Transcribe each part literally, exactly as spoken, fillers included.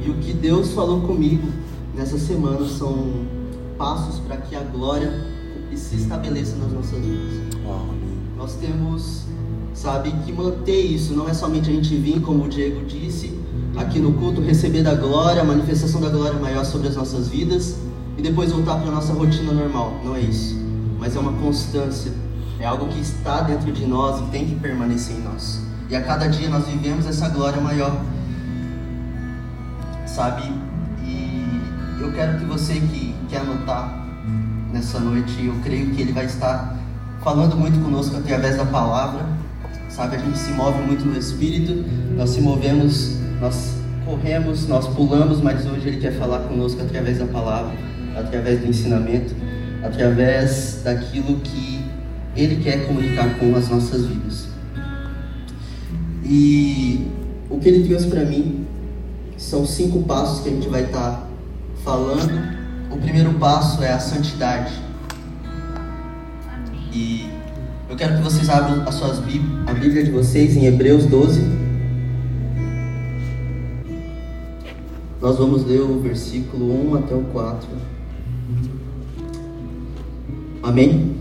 E o que Deus falou comigo nessa semana são passos para que a glória se estabeleça nas nossas vidas. Nós temos, sabe, que manter isso. Não é somente a gente vir, como o Diego disse, aqui no culto, receber da glória, a manifestação da glória maior sobre as nossas vidas e depois voltar para a nossa rotina normal. Não é isso. Mas é uma constância. É algo que está dentro de nós e tem que permanecer em nós. E a cada dia nós vivemos essa glória maior. Sabe? E eu quero que você que quer anotar nessa noite, eu creio que Ele vai estar falando muito conosco através da palavra. Sabe? A gente se move muito no Espírito. Nós se movemos, nós corremos, nós pulamos, mas hoje Ele quer falar conosco através da palavra, através do ensinamento, através daquilo que Ele quer comunicar com as nossas vidas. E o que Ele trouxe para mim são cinco passos que a gente vai estar falando. O primeiro passo é a santidade. E eu quero que vocês abram as suas bí- a Bíblia de vocês em Hebreus doze. Nós vamos ler o versículo um até o quatro. Amém?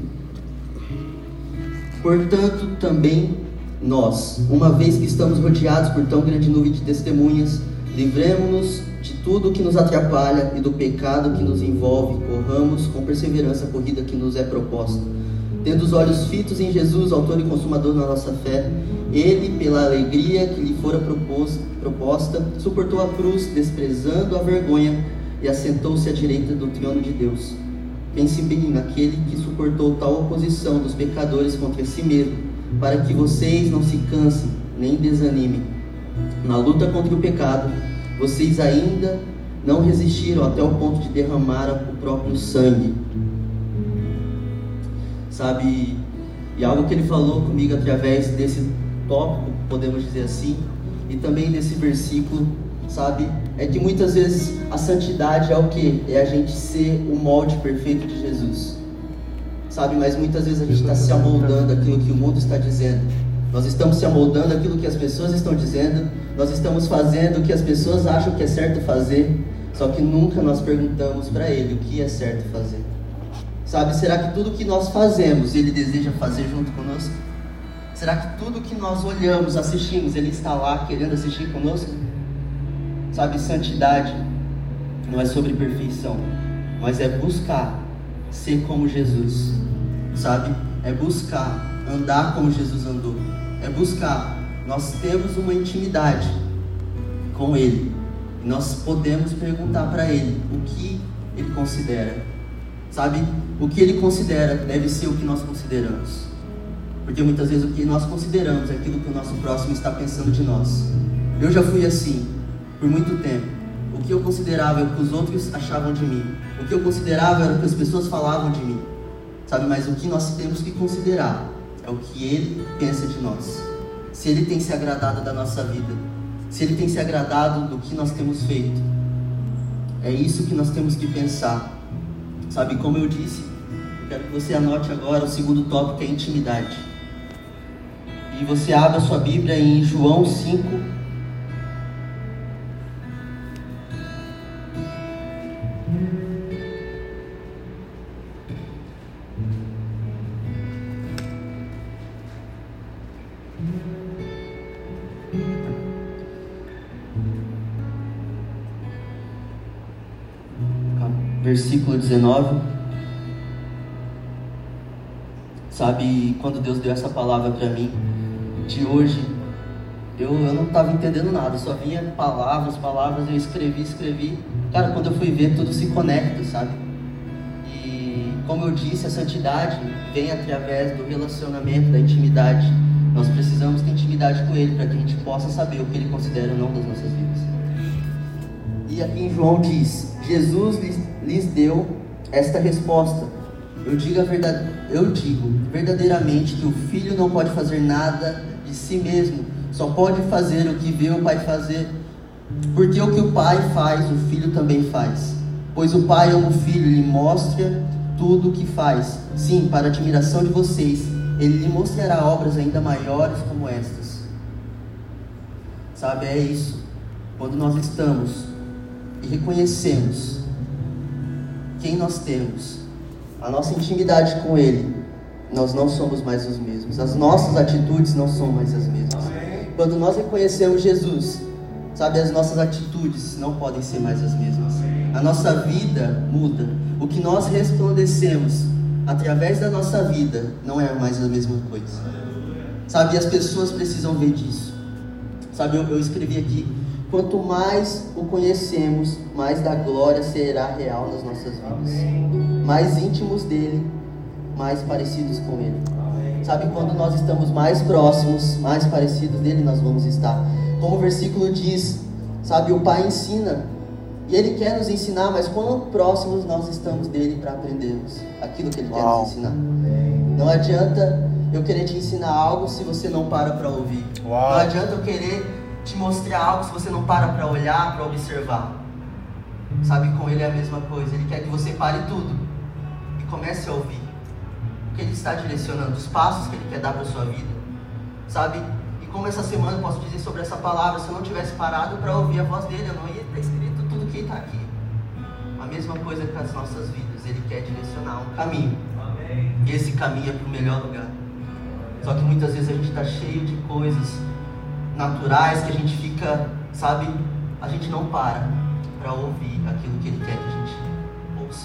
Portanto, também nós, uma vez que estamos rodeados por tão grande nuvem de testemunhas, livremo-nos de tudo o que nos atrapalha e do pecado que nos envolve, corramos com perseverança a corrida que nos é proposta. Tendo os olhos fitos em Jesus, autor e consumador da nossa fé, Ele, pela alegria que lhe fora proposta, suportou a cruz, desprezando a vergonha, e assentou-se à direita do trono de Deus. Pense bem naquele que suportou tal oposição dos pecadores contra si mesmo, para que vocês não se cansem nem desanimem. Na luta contra o pecado, vocês ainda não resistiram até o ponto de derramar o próprio sangue. Sabe, e algo que Ele falou comigo através desse tópico, podemos dizer assim, e também desse versículo, sabe, é que muitas vezes a santidade é o que? É a gente ser o molde perfeito de Jesus, sabe, mas muitas vezes a gente está se amoldando aquilo que o mundo está dizendo, nós estamos se amoldando aquilo que as pessoas estão dizendo, nós estamos fazendo o que as pessoas acham que é certo fazer, só que nunca nós perguntamos para Ele o que é certo fazer, sabe, será que tudo que nós fazemos Ele deseja fazer junto conosco? Será que tudo que nós olhamos, assistimos, Ele está lá querendo assistir conosco? Sabe, santidade não é sobre perfeição, mas é buscar ser como Jesus, sabe? É buscar andar como Jesus andou, é buscar, nós temos uma intimidade com Ele, e nós podemos perguntar para Ele o que Ele considera, sabe? O que Ele considera deve ser o que nós consideramos, porque muitas vezes o que nós consideramos é aquilo que o nosso próximo está pensando de nós. Eu já fui assim por muito tempo. O que eu considerava é o que os outros achavam de mim, o que eu considerava era o que as pessoas falavam de mim, sabe? Mas o que nós temos que considerar é o que Ele pensa de nós, se Ele tem se agradado da nossa vida, se Ele tem se agradado do que nós temos feito. É isso que nós temos que pensar, sabe? Como eu disse, eu quero que você anote agora o segundo tópico, que é intimidade. E você abre a sua Bíblia em João cinco. Versículo dezenove. Sabe, quando Deus deu essa palavra para mim, de hoje, eu, eu não estava entendendo nada, só vinha palavras, palavras, eu escrevi, escrevi. Cara, quando eu fui ver, tudo se conecta, sabe? E como eu disse, a santidade vem através do relacionamento, da intimidade. Nós precisamos ter intimidade com Ele para que a gente possa saber o que Ele considera ou não das nossas vidas. E aqui em João diz: Jesus lhes, lhes deu esta resposta: eu digo, a verdade, eu digo verdadeiramente que o Filho não pode fazer nada de si mesmo, só pode fazer o que vê o Pai fazer, porque o que o Pai faz, o Filho também faz, pois o Pai ama o Filho e lhe mostra tudo o que faz. Sim, para a admiração de vocês, Ele lhe mostrará obras ainda maiores como estas. Sabe, é isso. Quando nós estamos e reconhecemos quem nós temos, a nossa intimidade com Ele, nós não somos mais os mesmos. As nossas atitudes não são mais as mesmas. Quando nós reconhecemos Jesus, sabe, as nossas atitudes não podem ser mais as mesmas. A nossa vida muda. O que nós resplandecemos através da nossa vida não é mais a mesma coisa. Sabe, as pessoas precisam ver disso. Sabe, eu, eu escrevi aqui: quanto mais o conhecemos, mais da glória será real nas nossas vidas. Mais íntimos dele, mais parecidos com ele. Sabe, quando nós estamos mais próximos, mais parecidos dele nós vamos estar. Como o versículo diz, sabe, o Pai ensina, e Ele quer nos ensinar, mas quão próximos nós estamos dele para aprendermos aquilo que Ele quer nos ensinar. Não adianta eu querer te ensinar algo se você não para para ouvir. Uau. Não adianta eu querer te mostrar algo se você não para para olhar, para observar. Sabe, com Ele é a mesma coisa. Ele quer que você pare tudo e comece a ouvir o que Ele está direcionando, os passos que Ele quer dar para a sua vida. Sabe, e como essa semana eu posso dizer sobre essa palavra, se eu não tivesse parado para ouvir a voz dele, eu não ia ter escrito tudo que está aqui. A mesma coisa com as nossas vidas. Ele quer direcionar um caminho. Amém. E esse caminho é para o melhor lugar. Só que muitas vezes a gente está cheio de coisas naturais que a gente fica, sabe, a gente não para para ouvir aquilo que Ele quer que a gente ouça.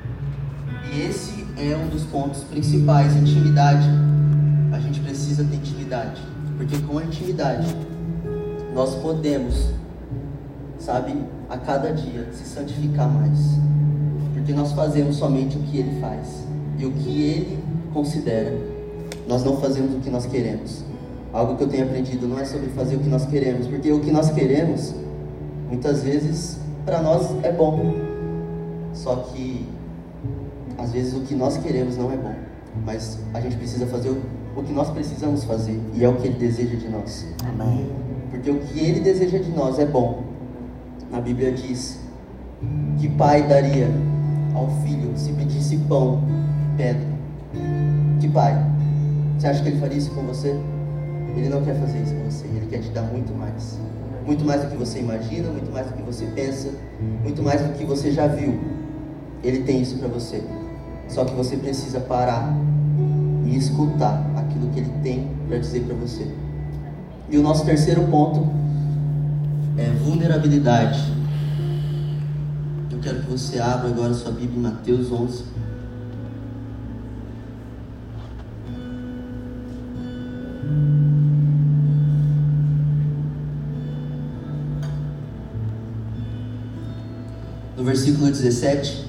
E esse é um dos pontos principais, intimidade. A gente precisa ter intimidade, porque com a intimidade nós podemos, sabe, a cada dia se santificar mais, porque nós fazemos somente o que Ele faz e o que Ele considera. Nós não fazemos o que nós queremos. Algo que eu tenho aprendido não é sobre fazer o que nós queremos, porque o que nós queremos muitas vezes para nós é bom, só que às vezes o que nós queremos não é bom, mas a gente precisa fazer o, o que nós precisamos fazer, e é o que Ele deseja de nós. Amém. Porque o que Ele deseja de nós é bom. A Bíblia diz que pai daria ao filho se pedisse pão, pedra? Que pai? Você acha que Ele faria isso com você? Ele não quer fazer isso com você. Ele quer te dar muito mais. Muito mais do que você imagina, muito mais do que você pensa, muito mais do que você já viu. Ele tem isso para você. Só que você precisa parar e escutar aquilo que Ele tem para dizer para você. E o nosso terceiro ponto é vulnerabilidade. Eu quero que você abra agora sua Bíblia em Mateus onze. No versículo dezessete,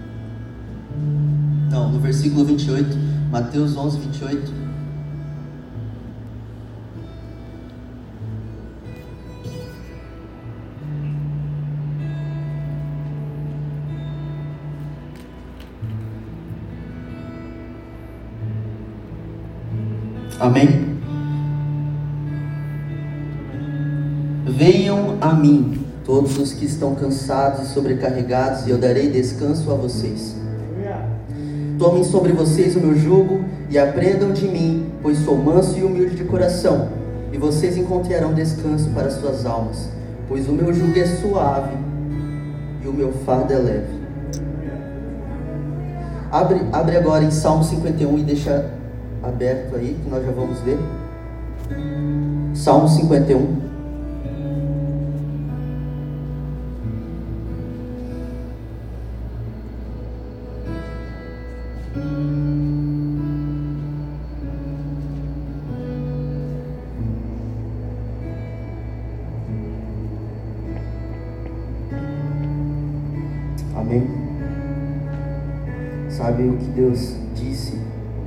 não, no versículo vinte e oito, Mateus onze, vinte e oito. Amém? Venham a mim todos os que estão cansados e sobrecarregados, e eu darei descanso a vocês. Tomem sobre vocês o meu jugo e aprendam de mim, pois sou manso e humilde de coração, e vocês encontrarão descanso para suas almas, pois o meu jugo é suave e o meu fardo é leve. Abre, abre agora em Salmo cinquenta e um e deixa aberto aí, que nós já vamos ler. Salmo cinquenta e um. Amém? Sabe o que Deus disse?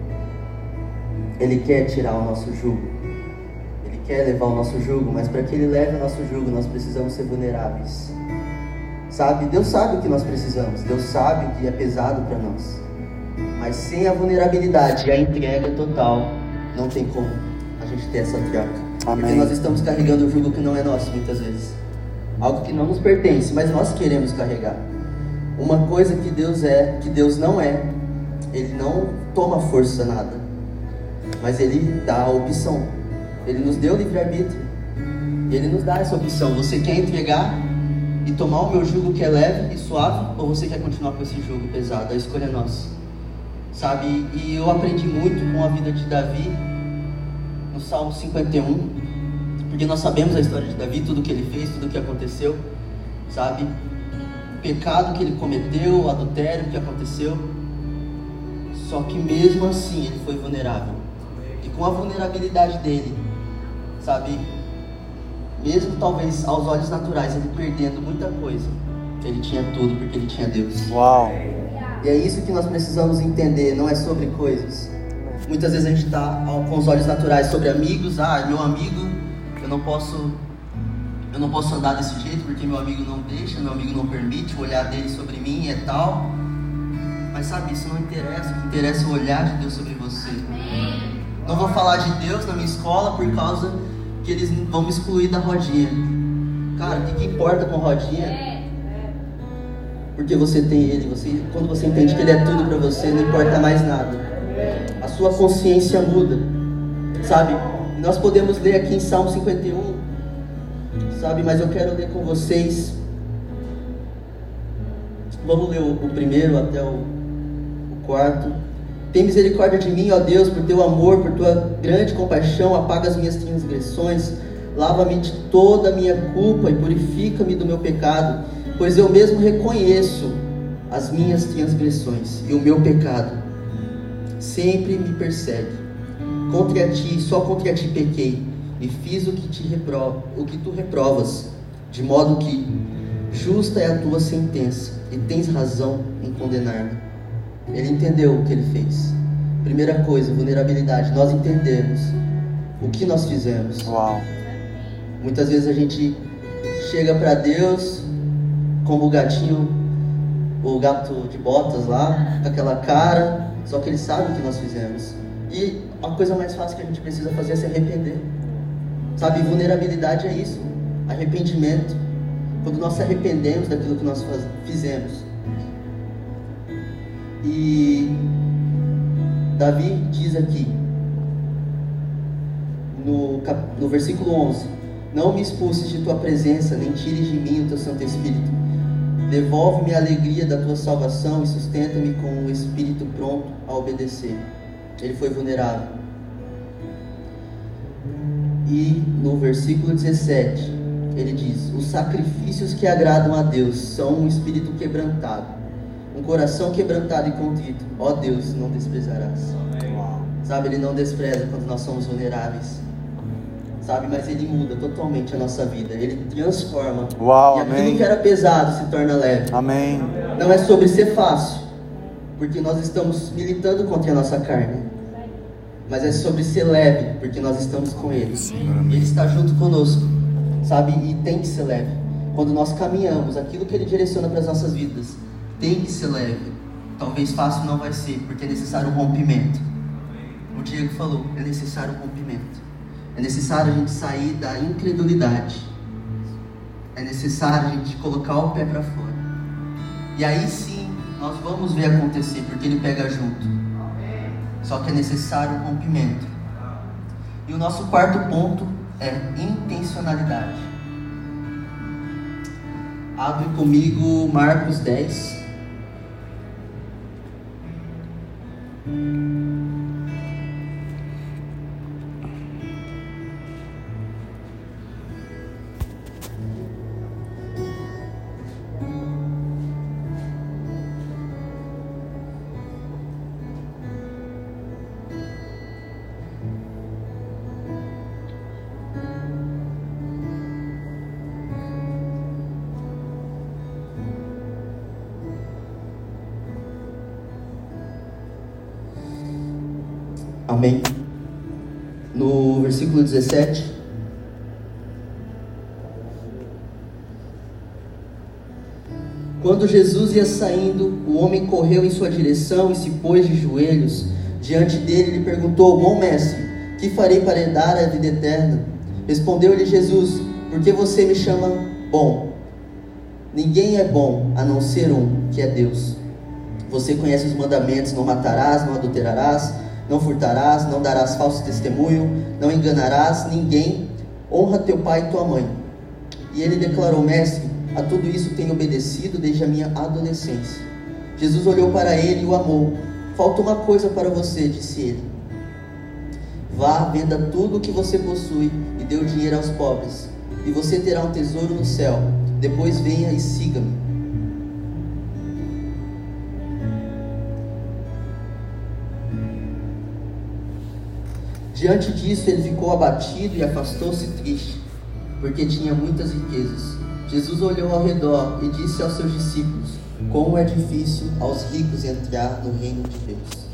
Ele quer tirar o nosso jugo. Ele quer levar o nosso jugo, mas para que Ele leve o nosso jugo, nós precisamos ser vulneráveis. Sabe? Deus sabe o que nós precisamos. Deus sabe o que é pesado para nós. Mas sem a vulnerabilidade e a entrega total, não tem como a gente ter essa troca. Amém. Porque nós estamos carregando o jugo que não é nosso muitas vezes. Algo que não nos pertence, mas nós queremos carregar. Uma coisa que Deus é, que Deus não é, Ele não toma força nada, mas Ele dá a opção. Ele nos deu livre-arbítrio, Ele nos dá essa opção. Você quer entregar? e tomar o meu jugo que é leve e suave, ou você quer continuar com esse jugo pesado? A escolha é nossa, sabe? E eu aprendi muito com a vida de Davi no Salmo cinquenta e um, porque nós sabemos a história de Davi, tudo que ele fez, tudo que aconteceu, sabe? O pecado que ele cometeu, o adultério que aconteceu, só que mesmo assim ele foi vulnerável, e com a vulnerabilidade dele, sabe, mesmo talvez aos olhos naturais ele perdendo muita coisa, ele tinha tudo porque ele tinha Deus. Uau! E é isso que nós precisamos entender, não é sobre coisas. Muitas vezes a gente está com os olhos naturais sobre amigos. Ah, meu amigo, eu não posso eu não posso andar desse jeito porque meu amigo não deixa, meu amigo não permite, o olhar dele sobre mim é tal. Mas sabe, isso não interessa, o que interessa é o olhar de Deus sobre você. Não vou falar de Deus na minha escola por causa que eles vão me excluir da rodinha. Cara, o que, que importa com rodinha? Porque você tem Ele, você, quando você entende que Ele é tudo para você, não importa mais nada. A sua consciência muda, sabe? E nós podemos ler aqui em Salmo cinquenta e um, sabe? Mas eu quero ler com vocês. Vamos ler o, o primeiro até o, o quarto. Tem misericórdia de mim, ó Deus, por teu amor, por tua grande compaixão, apaga as minhas transgressões, lava-me de toda a minha culpa e purifica-me do meu pecado, pois eu mesmo reconheço as minhas transgressões e o meu pecado sempre me persegue. Contra ti, só contra ti pequei e fiz o que, te repro, o que tu reprovas, de modo que justa é a tua sentença e tens razão em condenar-me. Ele entendeu o que ele fez. Primeira coisa, vulnerabilidade. Nós entendemos o que nós fizemos. Uau. Muitas vezes a gente chega para Deus como o gatinho, o gato de botas lá, com aquela cara, só que ele sabe o que nós fizemos. E a coisa mais fácil que a gente precisa fazer é se arrepender. Sabe, vulnerabilidade é isso, arrependimento. Quando nós se arrependemos daquilo que nós faz, fizemos. E Davi diz aqui no, cap, no versículo onze: não me expulses de tua presença, nem tires de mim o teu Santo Espírito. Devolve-me a alegria da tua salvação e sustenta-me com o espírito pronto a obedecer. Ele foi vulnerável. E no versículo dezessete ele diz: os sacrifícios que agradam a Deus são um espírito quebrantado, um coração quebrantado e contrito, ó Deus, não desprezarás. Uau. Sabe, Ele não despreza quando nós somos vulneráveis, sabe, mas Ele muda totalmente a nossa vida, Ele transforma. Uau, e aquilo amém. que era pesado se torna leve. Amém. Não é sobre ser fácil, porque nós estamos militando contra a nossa carne, mas é sobre ser leve, porque nós estamos com Ele. Ele está junto conosco, sabe, e tem que ser leve. Quando nós caminhamos, aquilo que Ele direciona para as nossas vidas tem que ser leve. Talvez fácil não vai ser, porque é necessário um rompimento. O Diego falou, é necessário um rompimento. É necessário a gente sair da incredulidade. É necessário a gente colocar o pé para fora. E aí sim, nós vamos ver acontecer, porque Ele pega junto. Só que é necessário um rompimento. E o nosso quarto ponto é intencionalidade. Abre comigo Marcos dez. Amém. No versículo dezessete, quando Jesus ia saindo, o homem correu em sua direção e se pôs de joelhos diante dele e lhe perguntou: bom mestre, que farei para herdar a vida eterna? Respondeu-lhe Jesus: por que você me chama bom? Ninguém é bom a não ser um, que é Deus. Você conhece os mandamentos: não matarás, não adulterarás, não furtarás, não darás falso testemunho, não enganarás ninguém, honra teu pai e tua mãe. E ele declarou: mestre, a tudo isso tenho obedecido desde a minha adolescência. Jesus olhou para ele e o amou. Falta uma coisa para você, disse ele. Vá, venda tudo o que você possui e dê o dinheiro aos pobres, e você terá um tesouro no céu. Depois venha e siga-me. Diante disso, ele ficou abatido e afastou-se triste, porque tinha muitas riquezas. Jesus olhou ao redor e disse aos seus discípulos: como é difícil aos ricos entrar no reino de Deus.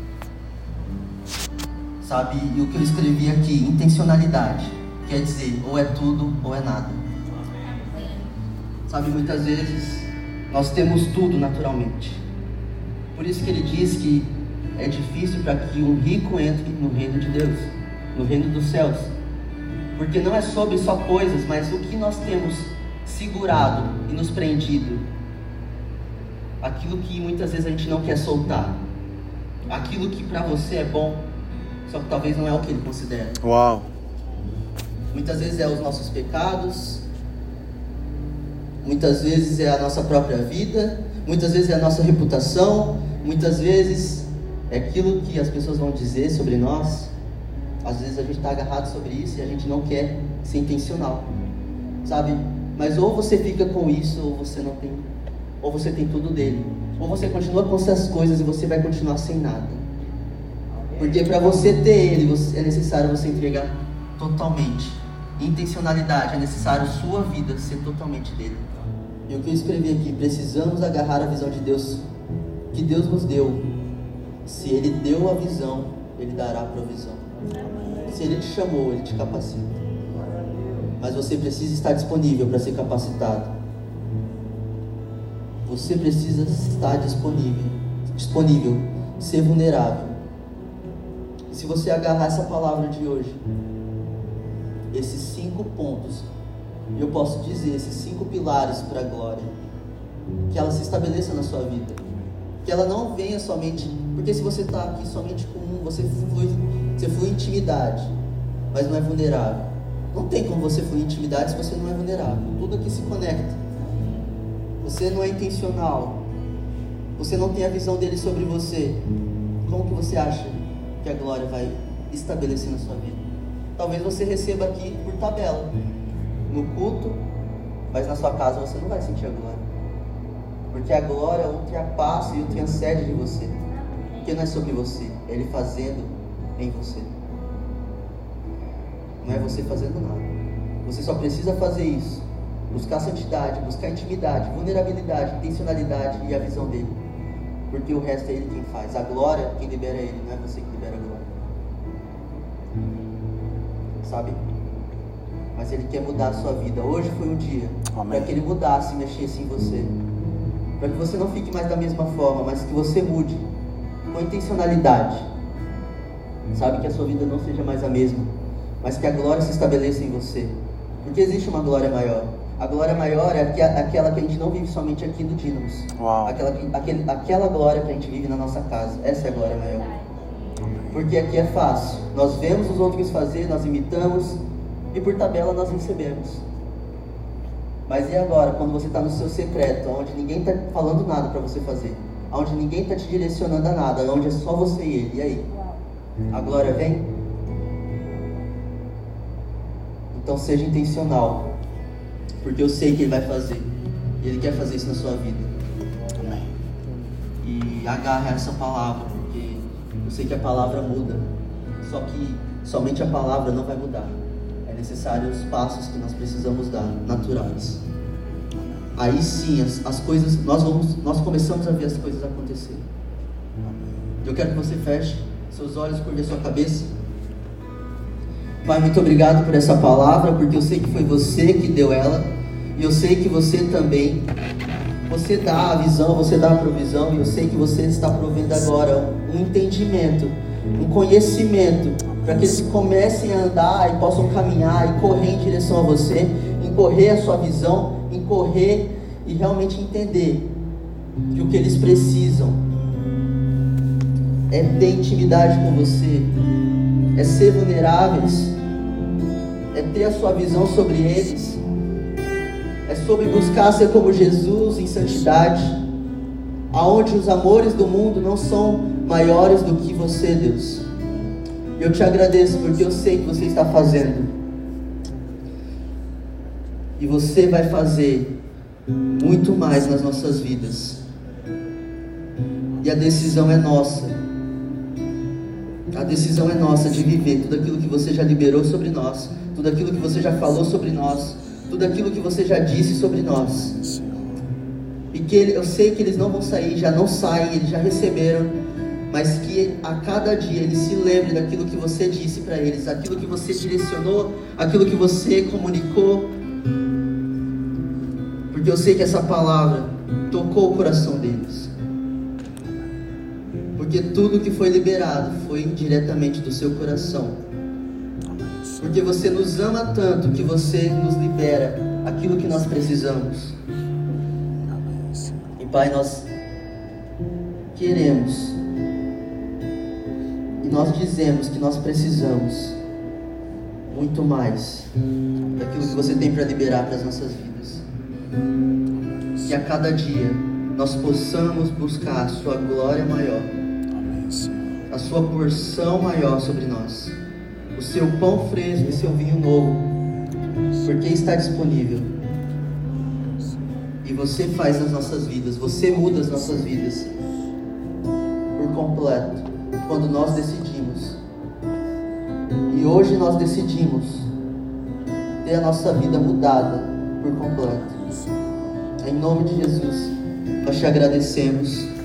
Sabe, e o que eu escrevi aqui, intencionalidade, quer dizer, ou é tudo ou é nada. Sabe, muitas vezes nós temos tudo naturalmente. Por isso que ele diz que é difícil para que um rico entre no reino de Deus, no reino dos céus. Porque não é sobre só coisas, mas o que nós temos segurado e nos prendido. Aquilo que muitas vezes a gente não quer soltar. Aquilo que para você é bom, só que talvez não é o que ele considera. Uau! Muitas vezes é os nossos pecados, muitas vezes é a nossa própria vida, muitas vezes é a nossa reputação, muitas vezes é aquilo que as pessoas vão dizer sobre nós. Às vezes a gente está agarrado sobre isso e a gente não quer ser intencional, sabe? Mas ou você fica com isso, ou você não tem, ou você tem tudo dele, ou você continua com essas coisas e você vai continuar sem nada. Porque para você ter ele, é necessário você entregar totalmente. Intencionalidade, é necessário sua vida ser totalmente dele. E o que eu escrevi aqui, precisamos agarrar a visão de Deus, que Deus nos deu. Se ele deu a visão, ele dará a provisão. Se ele te chamou, ele te capacita. Mas você precisa estar disponível para ser capacitado. Você precisa estar disponível, disponível, ser vulnerável. E se você agarrar essa palavra de hoje, esses cinco pontos, eu posso dizer, esses cinco pilares para a glória, que ela se estabeleça na sua vida, que ela não venha somente, porque se você está aqui somente com um, você flui, você flui intimidade, mas não é vulnerável. Não tem como você fluir intimidade se você não é vulnerável. Tudo aqui se conecta. Você não é intencional, você não tem a visão dele sobre você. Como que você acha que a glória vai estabelecer na sua vida? Talvez você receba aqui por tabela, no culto, mas na sua casa você não vai sentir a glória, porque a glória ultrapassa e ultranscende de você, porque não é sobre você, é ele fazendo em você. Não é você fazendo nada. Você só precisa fazer isso, buscar santidade, buscar intimidade, vulnerabilidade, intencionalidade e a visão dele, porque o resto é ele quem faz. A glória, quem libera é ele, não é você que libera a glória, sabe? Mas ele quer mudar a sua vida. Hoje foi um dia para que ele mudasse e mexesse em você, para que você não fique mais da mesma forma, mas que você mude com intencionalidade, sabe? Que a sua vida não seja mais a mesma, mas que a glória se estabeleça em você, porque existe uma glória maior. A glória maior é aquela que a gente não vive somente aqui no Dínamos. Aquela, aquele, aquela glória que a gente vive na nossa casa. Essa é a glória maior. Porque aqui é fácil, nós vemos os outros fazer, nós imitamos e por tabela nós recebemos. Mas e agora, quando você está no seu secreto, onde ninguém está falando nada para você fazer, onde ninguém está te direcionando a nada, onde é só você e ele, e aí? A glória vem? Então seja intencional, porque eu sei que ele vai fazer, e ele quer fazer isso na sua vida. Amém. E agarre essa palavra, porque eu sei que a palavra muda, só que somente a palavra não vai mudar. É necessário os passos que nós precisamos dar, naturais. Aí sim, as, as coisas, nós, vamos, nós começamos a ver as coisas acontecerem. Eu quero que você feche seus olhos, curve a sua cabeça. Pai, muito obrigado por essa palavra, porque eu sei que foi você que deu ela, e eu sei que você também, você dá a visão, você dá a provisão, e eu sei que você está provendo agora um entendimento, um conhecimento, para que eles comecem a andar e possam caminhar e correr em direção a você, em correr a sua visão, em correr e realmente entender que o que eles precisam é ter intimidade com você, é ser vulneráveis, é ter a sua visão sobre eles, é sobre buscar ser como Jesus em santidade, aonde os amores do mundo não são maiores do que você, Deus. Eu te agradeço porque eu sei que você está fazendo, e você vai fazer muito mais nas nossas vidas, e a decisão é nossa. A decisão é nossa de viver tudo aquilo que você já liberou sobre nós, tudo aquilo que você já falou sobre nós, tudo aquilo que você já disse sobre nós. E que ele, eu sei que eles não vão sair, já não saem, eles já receberam, mas que a cada dia eles se lembrem daquilo que você disse para eles, aquilo que você direcionou, aquilo que você comunicou, porque eu sei que essa palavra tocou o coração deles, porque tudo que foi liberado foi diretamente do seu coração, porque você nos ama tanto que você nos libera aquilo que nós precisamos. E Pai, nós queremos e nós dizemos que nós precisamos muito mais daquilo que você tem para liberar para as nossas vidas, que a cada dia nós possamos buscar a sua glória maior, a sua porção maior sobre nós, o seu pão fresco e seu vinho novo, porque está disponível. E você faz nas nossas vidas, você muda as nossas vidas por completo, quando nós decidimos. E hoje nós decidimos ter a nossa vida mudada por completo. Em nome de Jesus, nós te agradecemos.